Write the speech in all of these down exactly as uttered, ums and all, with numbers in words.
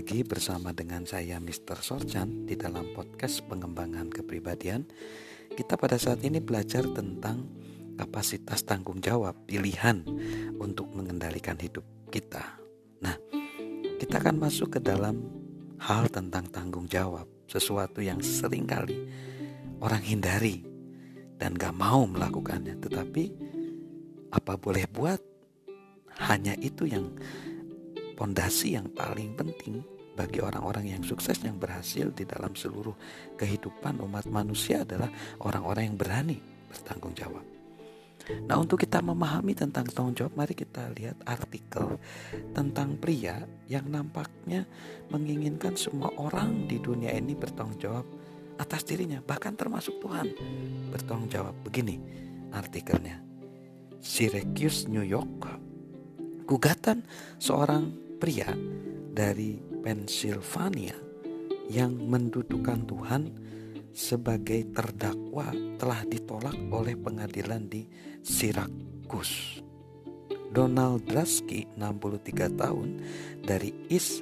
lagi bersama dengan saya mister Sorchan di dalam podcast pengembangan kepribadian. Kita pada saat ini belajar tentang kapasitas tanggung jawab pilihan untuk mengendalikan hidup kita. Nah, kita akan masuk ke dalam hal tentang tanggung jawab, sesuatu yang seringkali orang hindari dan gak mau melakukannya. Tetapi apa boleh buat, hanya itu yang pondasi yang paling penting bagi orang-orang yang sukses, yang berhasil di dalam seluruh kehidupan umat manusia adalah orang-orang yang berani bertanggung jawab. Nah, untuk kita memahami tentang tanggung jawab, mari kita lihat artikel tentang pria yang nampaknya menginginkan semua orang di dunia ini bertanggung jawab atas dirinya, bahkan termasuk Tuhan bertanggung jawab. Begini artikelnya, Syracuse, New York, gugatan seorang pria dari Pennsylvania yang mendudukan Tuhan sebagai terdakwa telah ditolak oleh pengadilan di Syracuse. Donald Drasky, enam puluh tiga tahun, dari East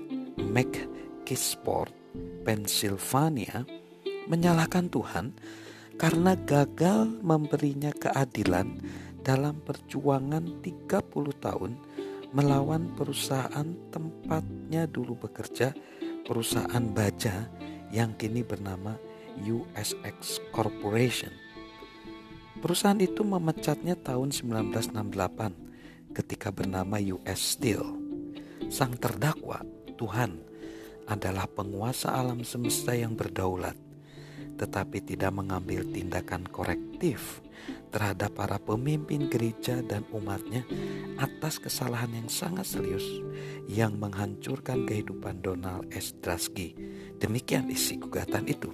McKeesport, Pennsylvania, menyalahkan Tuhan karena gagal memberinya keadilan dalam perjuangan tiga puluh tahun melawan perusahaan tempatnya dulu bekerja, perusahaan baja yang kini bernama U S X Corporation. Perusahaan itu memecatnya tahun sembilan belas enam puluh delapan ketika bernama U S Steel. Sang terdakwa, Tuhan, adalah penguasa alam semesta yang berdaulat, tetapi tidak mengambil tindakan korektif terhadap para pemimpin gereja dan umatnya atas kesalahan yang sangat serius yang menghancurkan kehidupan Donald S. Drasky. Demikian isi gugatan itu.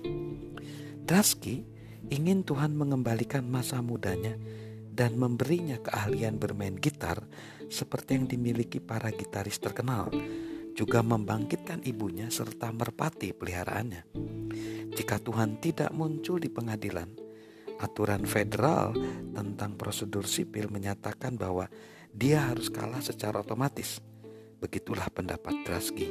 Drasky ingin Tuhan mengembalikan masa mudanya dan memberinya keahlian bermain gitar seperti yang dimiliki para gitaris terkenal, juga membangkitkan ibunya serta merpati peliharaannya. Jika Tuhan tidak muncul di pengadilan, aturan federal tentang prosedur sipil menyatakan bahwa dia harus kalah secara otomatis. Begitulah pendapat Drasky.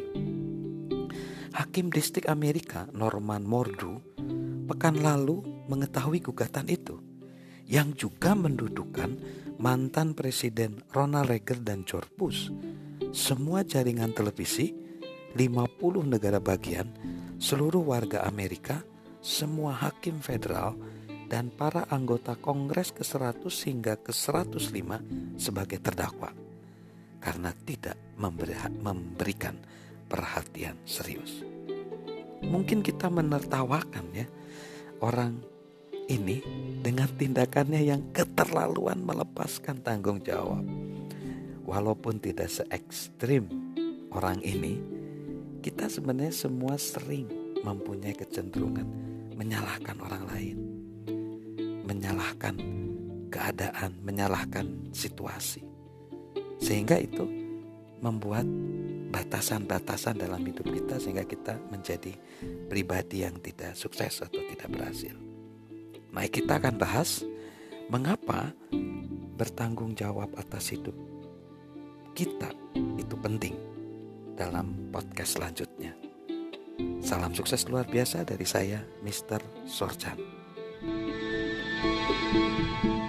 Hakim Distrik Amerika Norman Mordew pekan lalu mengetahui gugatan itu, yang juga mendudukan mantan Presiden Ronald Reagan dan George Bush. Semua jaringan televisi, lima puluh negara bagian, seluruh warga Amerika, semua hakim federal, dan para anggota Kongres ke seratus hingga ke seratus lima sebagai terdakwa karena tidak memberi, memberikan perhatian serius. Mungkin kita menertawakan ya orang ini dengan tindakannya yang keterlaluan melepaskan tanggung jawab. Walaupun tidak se-ekstrim orang ini, kita sebenarnya semua sering mempunyai kecenderungan menyalahkan orang lain, menyalahkan keadaan, menyalahkan situasi, sehingga itu membuat batasan-batasan dalam hidup kita sehingga kita menjadi pribadi yang tidak sukses atau tidak berhasil. Nah, kita akan bahas mengapa bertanggung jawab atas hidup kita itu penting dalam podcast selanjutnya. Salam sukses luar biasa dari saya, mister Sorchan. Thank you.